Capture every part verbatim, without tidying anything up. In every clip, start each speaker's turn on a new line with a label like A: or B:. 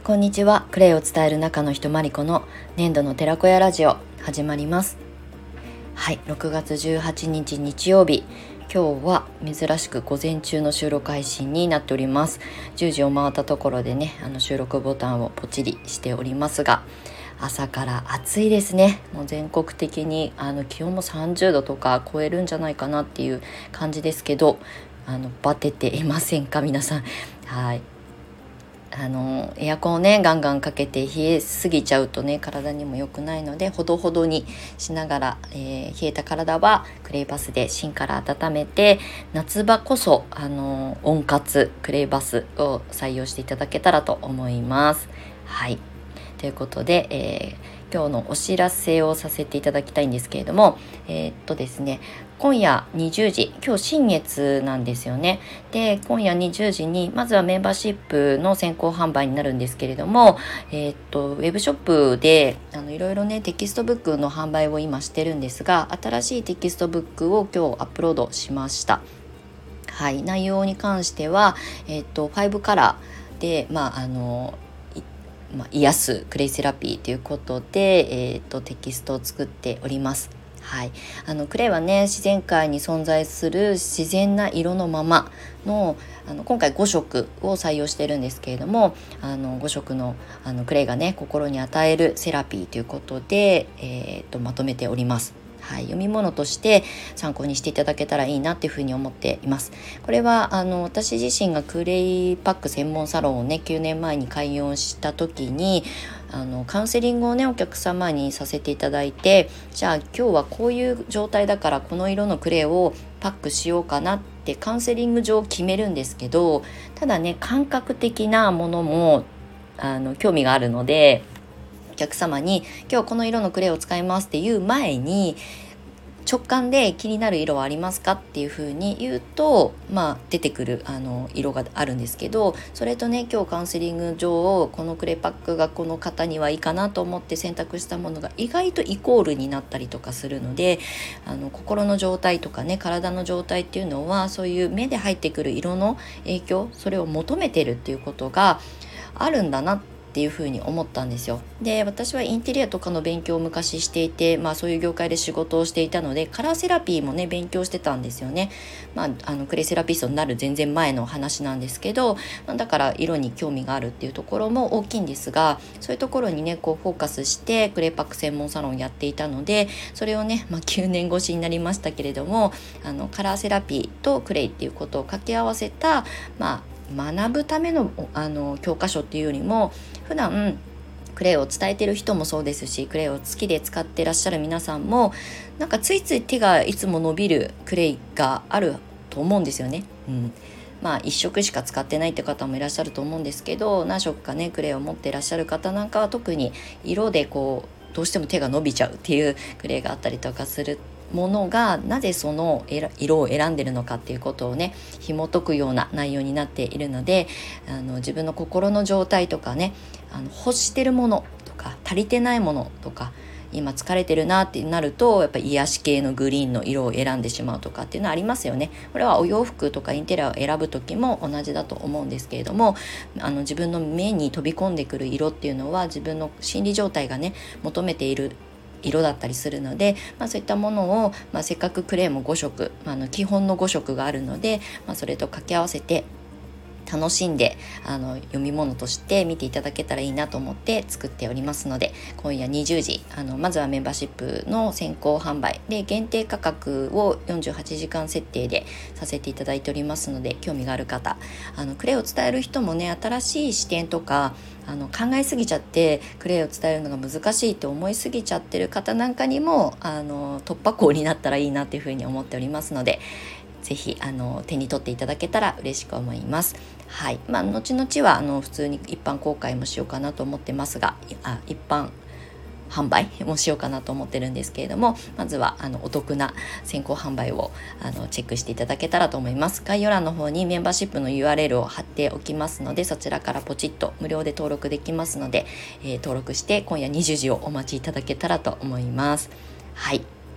A: こんにちは。クレイを伝える中の人まりこの粘土の寺子屋ラジオ始まります。はい、ろくがつじゅうはちにち日曜日、今日は珍しく午前中の収録配信になっております。じゅうじを回ったところでね、あの収録ボタンをポチリしておりますが、朝から暑いですね。もう全国的にあの気温もさんじゅうどとか超えるんじゃないかなっていう感じですけど、あのバテていませんか皆さん。はい、あのエアコンをねガンガンかけて冷えすぎちゃうとね体にも良くないので、ほどほどにしながら、えー冷えた体はクレイバスで芯から温めて、夏場こそあの温活クレイバスを採用していただけたらと思います。はい、ということで、えー今日のお知らせをさせていただきたいんですけれども、えーっとですね今夜にじゅうじ、今日新月なんですよね。で、今夜にじゅうじにまずはメンバーシップの先行販売になるんですけれども、えーっとウェブショップであのいろいろねテキストブックの販売を今してるんですが、新しいテキストブックを今日アップロードしました。はい、内容に関しては、えーっとファイブカラーで、まああのまあ、癒すクレイセラピーということで、えー、とテキストを作っております。はい、あのクレイはね自然界に存在する自然な色のままの、あの今回ごしょくを採用しているんですけれども、あのごしょくの、あのクレイがね心に与えるセラピーということで、えー、とまとめております。はい、読み物として参考にしていただけたらいいなっていうふうに思っています。これはあの私自身がクレイパック専門サロンをねきゅうねんまえに開業した時に、あのカウンセリングをねお客様にさせていただいて、じゃあ今日はこういう状態だからこの色のクレイをパックしようかなってカウンセリング上決めるんですけど、ただね感覚的なものもあの興味があるので、お客様に今日この色のクレイを使いますっていう前に、直感で気になる色はありますかっていう風に言うと、まあ、出てくるあの色があるんですけど、それとね今日カウンセリング上このクレイパックがこの方にはいいかなと思って選択したものが意外とイコールになったりとかするので、あの心の状態とかね体の状態っていうのはそういう目で入ってくる色の影響、それを求めてるっていうことがあるんだなっていうふうに思ったんですよ。で、私はインテリアとかの勉強を昔していて、まあそういう業界で仕事をしていたので、カラーセラピーもね勉強してたんですよね。まああのクレイセラピストになる全然前の話なんですけど、だから色に興味があるっていうところも大きいんですが、そういうところにねこうフォーカスしてクレイパック専門サロンをやっていたので、それをね、まあ、きゅうねん越しになりましたけれども、あのカラーセラピーとクレイっていうことを掛け合わせた、まあ学ぶための、あの教科書っていうよりも、普段クレイを伝えてる人もそうですし、クレイを好きで使ってらっしゃる皆さんもなんかついつい手がいつも伸びるクレイがあると思うんですよね。うん、まあいっしょくしか使ってないって方もいらっしゃると思うんですけど、何色かねクレイを持ってらっしゃる方なんかは特に色でこうどうしても手が伸びちゃうっていうクレイがあったりとかするものが、なぜその色を選んでるのかっていうことをね紐解くような内容になっているので、あの自分の心の状態とかね、あの欲してるものとか足りてないものとか、今疲れてるなってなるとやっぱり癒し系のグリーンの色を選んでしまうとかっていうのはありますよね。これはお洋服とかインテリアを選ぶ時も同じだと思うんですけれども、あの自分の目に飛び込んでくる色っていうのは自分の心理状態がね求めている色だったりするので、まあ、そういったものを、まあ、せっかくクレイもごしょく、まあ、あの基本のごしょくがあるので、まあ、それと掛け合わせて楽しんであの読み物として見ていただけたらいいなと思って作っておりますので、今夜にじゅうじ、あのまずはメンバーシップの先行販売で限定価格をよんじゅうはちじかん設定でさせていただいておりますので、興味がある方、あのクレイを伝える人もね新しい視点とかあの考えすぎちゃってクレイを伝えるのが難しいって思いすぎちゃってる方なんかにもあの突破口になったらいいなっていうふうに思っておりますので、ぜひあの手に取っていただけたら嬉しく思います。はい、まあ後々はあの普通に一般公開もしようかなと思ってますが、あ一般販売もしようかなと思ってるんですけれども、まずはあのお得な先行販売をあのチェックしていただけたらと思います。概要欄の方にメンバーシップの ユーアールエル を貼っておきますので、そちらからポチッと無料で登録できますので、えー、登録して今夜にじゅうじをお待ちいただけたらと思います。はい、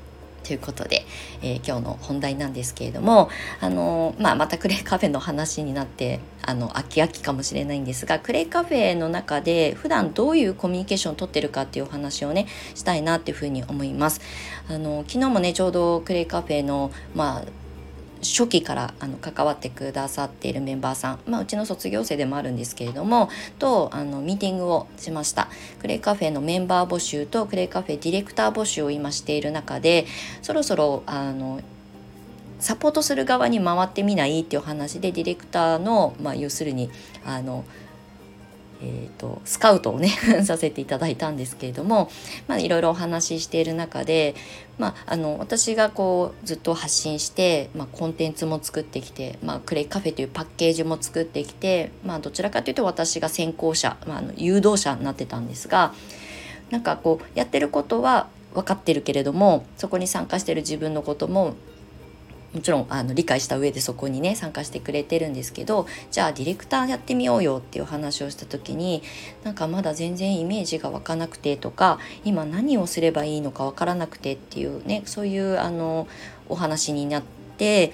A: ということで、えー、今日の本題なんですけれども、あのーまあ、またクレイカフェの話になってあの飽き飽きかもしれないんですが、クレイカフェの中で普段どういうコミュニケーションを取ってるかっていうお話をねしたいなっていうふうに思います。あの昨日もねちょうどクレイカフェのまあ初期からあの関わってくださっているメンバーさん、まあ、うちの卒業生でもあるんですけれどもとあのミーティングをしました。クレイカフェのメンバー募集とクレイカフェディレクター募集を今している中で、そろそろあのサポートする側に回ってみないっていう話で、ディレクターの、まあ、要するにあのえーと、スカウトをねさせていただいたんですけれども、まあ、いろいろお話ししている中で、まあ、あの私がこうずっと発信して、まあ、コンテンツも作ってきて、まあ、クレイカフェというパッケージも作ってきて、まあ、どちらかというと私が先行者、まあ、あの誘導者になってたんですが、なんかこうやってることは分かってるけれども、そこに参加してる自分のことももちろんあの理解した上でそこにね参加してくれてるんですけど、じゃあディレクターやってみようよっていう話をした時に、なんかまだ全然イメージが湧かなくてとか、今何をすればいいのかわからなくてっていうね、そういうあのお話になって、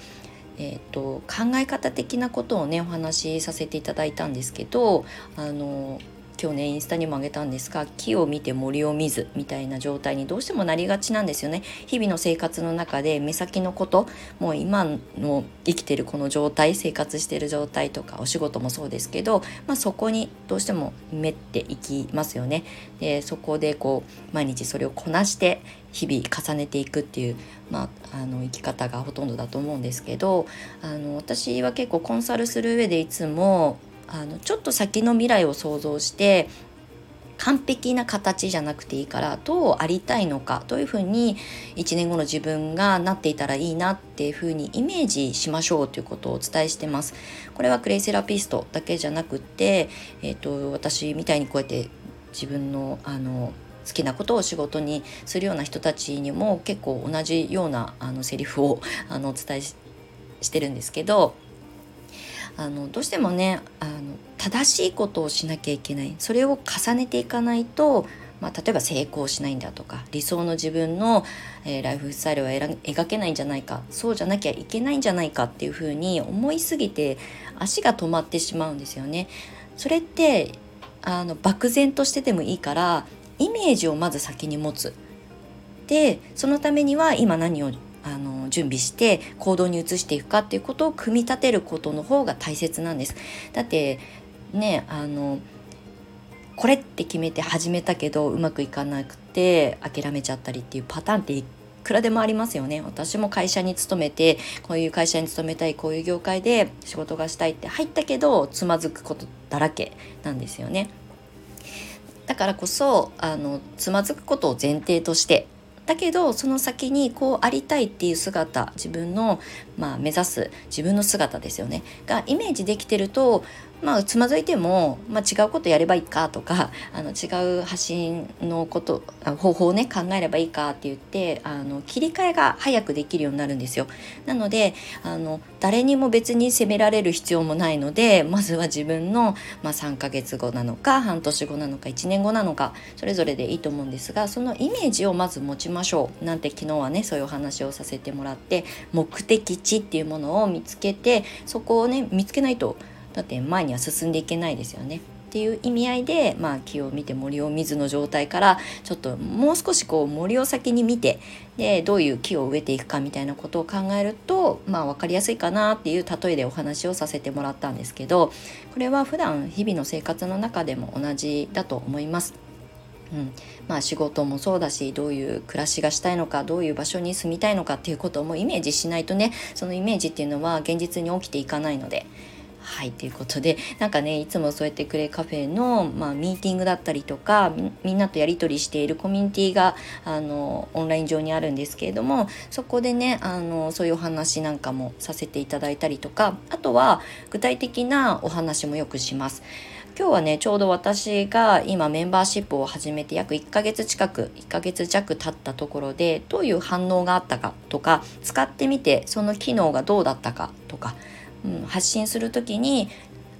A: えーと、考え方的なことをねお話しさせていただいたんですけど、あの今日ねインスタにも上げたんですが、木を見て森を見ずみたいな状態にどうしてもなりがちなんですよね。日々の生活の中で目先のこと、もう今の生きてるこの状態、生活してる状態とかお仕事もそうですけど、まあ、そこにどうしてもめっていきますよね。でそこでこう毎日それをこなして日々重ねていくっていう、まあ、あの生き方がほとんどだと思うんですけど、あの私は結構コンサルする上でいつもあのちょっと先の未来を想像して、完璧な形じゃなくていいからどうありたいのか、どういうふうにいちねんごの自分がなっていたらいいなっていうふうにイメージしましょうということをお伝えしてます。これはクレイセラピストだけじゃなくって、えーと、私みたいにこうやって自分のあの好きなことを仕事にするような人たちにも結構同じようなあのセリフをあのお伝え し, してるんですけど、あのどうしてもねあの正しいことをしなきゃいけない、それを重ねていかないと、まあ、例えば成功しないんだとか、理想の自分の、えー、ライフスタイルは描けないんじゃないか、そうじゃなきゃいけないんじゃないかっていうふうに思いすぎて足が止まってしまうんですよね。それってあの漠然としててもいいからイメージをまず先に持つ。でそのためには今何をあの準備して行動に移していくかっていうことを組み立てることの方が大切なんです。だってね、あのこれって決めて始めたけどうまくいかなくて諦めちゃったりっていうパターンっていくらでもありますよね。私も会社に勤めて、こういう会社に勤めたい、こういう業界で仕事がしたいって入ったけどつまずくことだらけなんですよね。だからこそあのつまずくことを前提として、だけどその先にこうありたいっていう姿、自分の、まあ、目指す自分の姿ですよねがイメージできてると、まあ、つまずいても、まあ、違うことやればいいかとか、あの違う発信のこと方法をね考えればいいかって言ってあの切り替えが早くできるようになるんですよ。なのであの誰にも別に責められる必要もないので、まずは自分の、まあ、さんかげつごなのか半年後なのかいちねんごなのかそれぞれでいいと思うんですが、そのイメージをまず持ちましょうなんて昨日はねそういうお話をさせてもらって、目的地っていうものを見つけて、そこをね見つけないとだって前には進んでいけないですよねっていう意味合いで、まあ、木を見て森を見ずの状態からちょっともう少しこう森を先に見て、でどういう木を植えていくかみたいなことを考えると、まあ、分かりやすいかなっていう例えでお話をさせてもらったんですけど、これは普段日々の生活の中でも同じだと思います。うんまあ、仕事もそうだし、どういう暮らしがしたいのか、どういう場所に住みたいのかっていうことをもイメージしないとね、そのイメージっていうのは現実に起きていかないので、はいということで、なんかねいつもそうやってクレイカフェの、まあ、ミーティングだったりとか み, みんなとやり取りしているコミュニティがあのオンライン上にあるんですけれども、そこでねあのそういうお話なんかもさせていただいたりとか、あとは具体的なお話もよくします。今日はねちょうど私が今メンバーシップを始めて約いっかげつ近くいっかげつ弱経ったところでどういう反応があったかとか、使ってみてその機能がどうだったかとか、うん、発信するときに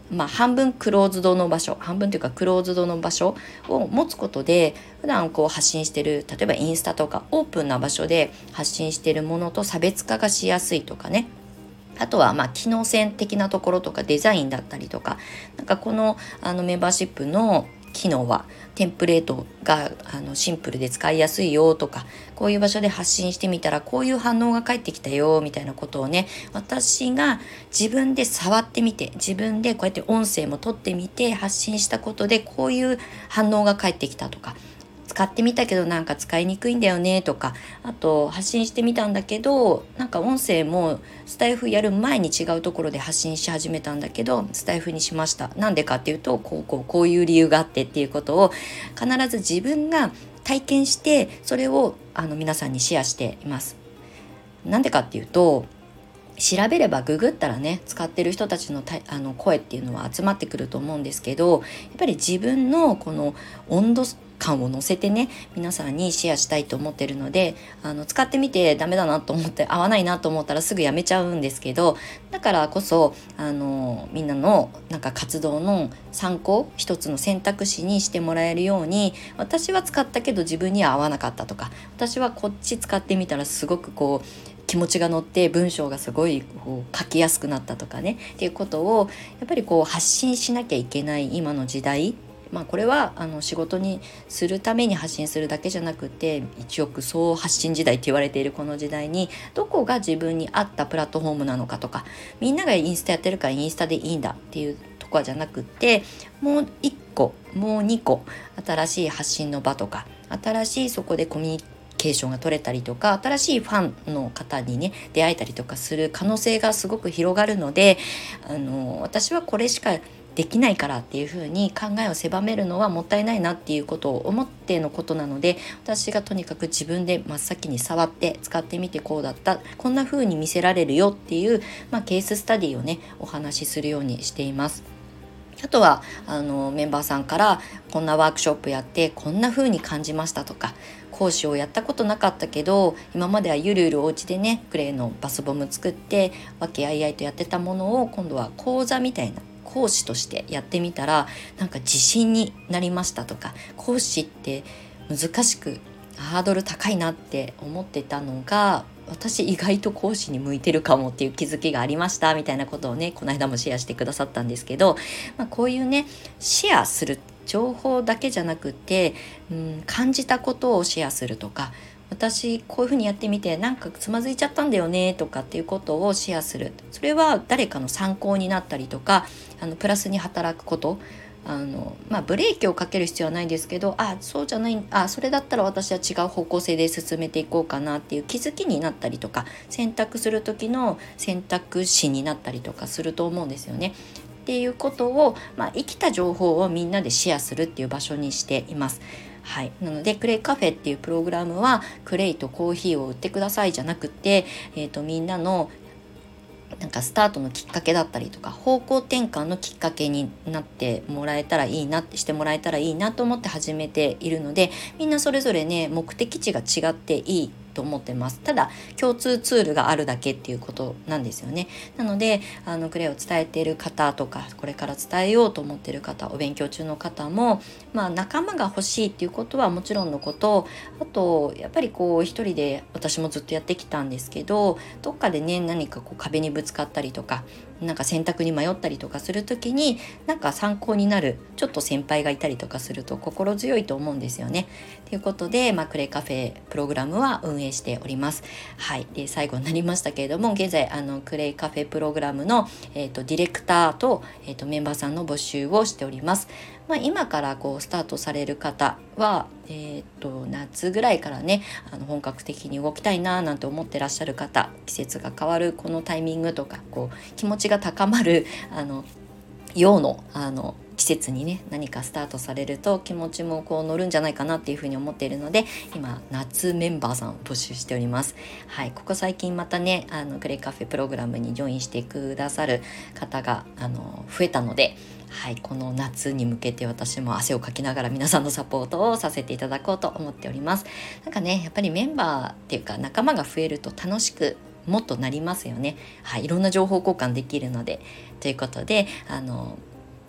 A: まあ、半分クローズドの場所、半分というかクローズドの場所を持つことで、普段こう発信してる、例えばインスタとかオープンな場所で発信してるものと差別化がしやすいとかね、あとはまあ機能性的なところとかデザインだったりとか、なんかこのあのメンバーシップの機能はテンプレートがあのシンプルで使いやすいよとか、こういう場所で発信してみたらこういう反応が返ってきたよみたいなことをね、私が自分で触ってみて、自分でこうやって音声も取ってみて発信したことでこういう反応が返ってきたとか、使ってみたけどなんか使いにくいんだよねとか、あと発信してみたんだけどなんか音声もスタイフやる前に違うところで発信し始めたんだけどスタイフにしました。なんでかっていうとこうこうこういう理由があってっていうことを必ず自分が体験して、それをあの皆さんにシェアしています。なんでかっていうと、調べればググったらね、使ってる人たちのたあの声っていうのは集まってくると思うんですけど、やっぱり自分のこの温度感を乗せてね、皆さんにシェアしたいと思ってるので、あの使ってみてダメだなと思って合わないなと思ったらすぐやめちゃうんですけど、だからこそあのみんなのなんか活動の参考、一つの選択肢にしてもらえるように、私は使ったけど自分には合わなかったとか、私はこっち使ってみたらすごくこう気持ちが乗って文章がすごいこう書きやすくなったとかね、っていうことをやっぱりこう発信しなきゃいけない今の時代、まあ、これはあの仕事にするために発信するだけじゃなくて、一億総発信時代って言われているこの時代に、どこが自分に合ったプラットフォームなのかとか、みんながインスタやってるからインスタでいいんだっていうとこじゃなくて、もういっこもうにこ新しい発信の場とか、新しいそこでコミュニケーションが取れたりとか、新しいファンの方にね出会えたりとかする可能性がすごく広がるので、あの私はこれしかできないからっていう風に考えを狭めるのはもったいないなっていうことを思ってのことなので、私がとにかく自分で真っ先に触って使ってみてこうだった、こんな風に見せられるよっていう、まあ、ケーススタディをねお話しするようにしています。あとはあのメンバーさんからこんなワークショップやってこんな風に感じましたとか、講師をやったことなかったけど今まではゆるゆるお家でねクレイのバスボム作って和気あいあいとやってたものを今度は講座みたいな講師としてやってみたらなんか自信になりましたとか、講師って難しくハードル高いなって思ってたのが、私意外と講師に向いてるかもっていう気づきがありましたみたいなことをねこの間もシェアしてくださったんですけど、まあ、こういうねシェアする情報だけじゃなくて、うん、感じたことをシェアするとか、私こういうふうにやってみてなんかつまずいちゃったんだよねとかっていうことをシェアする、それは誰かの参考になったりとか、あのプラスに働くこと、あのまあ、ブレーキをかける必要はないですけど、あそうじゃない、あそれだったら私は違う方向性で進めていこうかなっていう気づきになったりとか、選択する時の選択肢になったりとかすると思うんですよね。っていうことを、まあ、生きた情報をみんなでシェアするっていう場所にしています。はい、なのでクレイカフェっていうプログラムはクレイとコーヒーを売ってくださいじゃなくて、えーと、みんなのなんかスタートのきっかけだったりとか方向転換のきっかけになってもらえたらいいなってしてもらえたらいいなと思って始めているので、みんなそれぞれね目的地が違っていいと思ってます。ただ共通ツールがあるだけっていうことなんですよね。なのであのクレイを伝えている方とか、これから伝えようと思っている方、お勉強中の方も、まあ、仲間が欲しいっていうことはもちろんのこと、あとやっぱりこう一人で私もずっとやってきたんですけど、どっかでね何かこう壁にぶつかったりとか、なんか選択に迷ったりとかするときになんか参考になるちょっと先輩がいたりとかすると心強いと思うんですよね。ということで、まあ、クレイカフェプログラムは運営しております。はい、で最後になりましたけれども、現在あのクレイカフェプログラムの、えーと、ディレクターと、えーと、メンバーさんの募集をしております。まあ、今からこうスタートされる方は、えーと、夏ぐらいからねあの本格的に動きたいななんて思ってらっしゃる方、季節が変わるこのタイミングとかこう気持ちが高まるあの陽のあの季節にね何かスタートされると気持ちもこう乗るんじゃないかなっていうふうに思っているので、今夏メンバーさんを募集しております。はい、ここ最近またねあのクレイカフェプログラムにジョインしてくださる方があの増えたので、はい、この夏に向けて私も汗をかきながら皆さんのサポートをさせていただこうと思っております。なんかねやっぱりメンバーっていうか仲間が増えると楽しくもっとなりますよね。はい、いろんな情報交換できるので、ということであの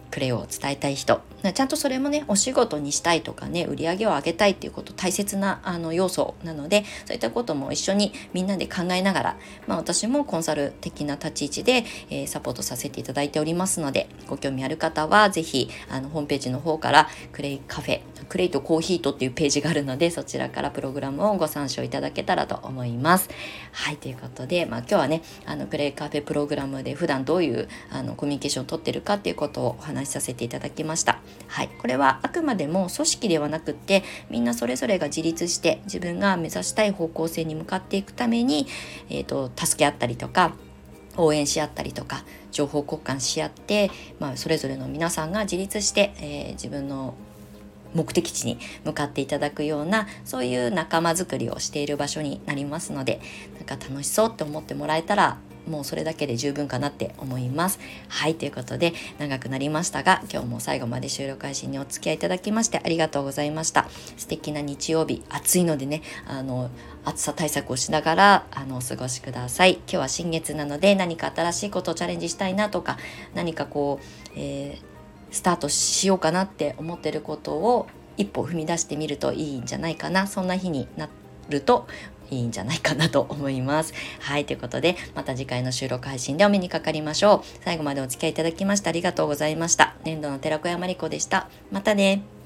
A: クレイを伝えたい人、ちゃんとそれもねお仕事にしたいとかね、売り上げを上げたいっていうこと大切なあの要素なので、そういったことも一緒にみんなで考えながら、まあ、私もコンサル的な立ち位置で、えー、サポートさせていただいておりますので、ご興味ある方はぜひあのホームページの方からクレイカフェ、クレイとコーヒーとっていうページがあるので、そちらからプログラムをご参照いただけたらと思います。はい、ということで、まあ、今日はねあのクレイカフェプログラムで普段どういうあのコミュニケーションを取ってるかっていうことをお話しさせていただきました。はい、これはあくまでも組織ではなくって、みんなそれぞれが自立して自分が目指したい方向性に向かっていくために、えーと、助け合ったりとか応援し合ったりとか情報交換し合って、まあ、それぞれの皆さんが自立して、えー、自分の目的地に向かっていただくような、そういう仲間づくりをしている場所になりますので、なんか楽しそうって思ってもらえたらもうそれだけで十分かなって思います。はい、ということで長くなりましたが、今日も最後まで収録配信にお付き合いいただきましてありがとうございました。素敵な日曜日、暑いのでね、あの暑さ対策をしながらあのお過ごしください。今日は新月なので、何か新しいことをチャレンジしたいなとか、何かこう、えースタートしようかなって思ってることを一歩踏み出してみるといいんじゃないかな、そんな日になるといいんじゃないかなと思います。はい、ということでまた次回の収録配信でお目にかかりましょう。最後までお付き合いいただきましてありがとうございました。年度の寺子屋まりこでした。またね。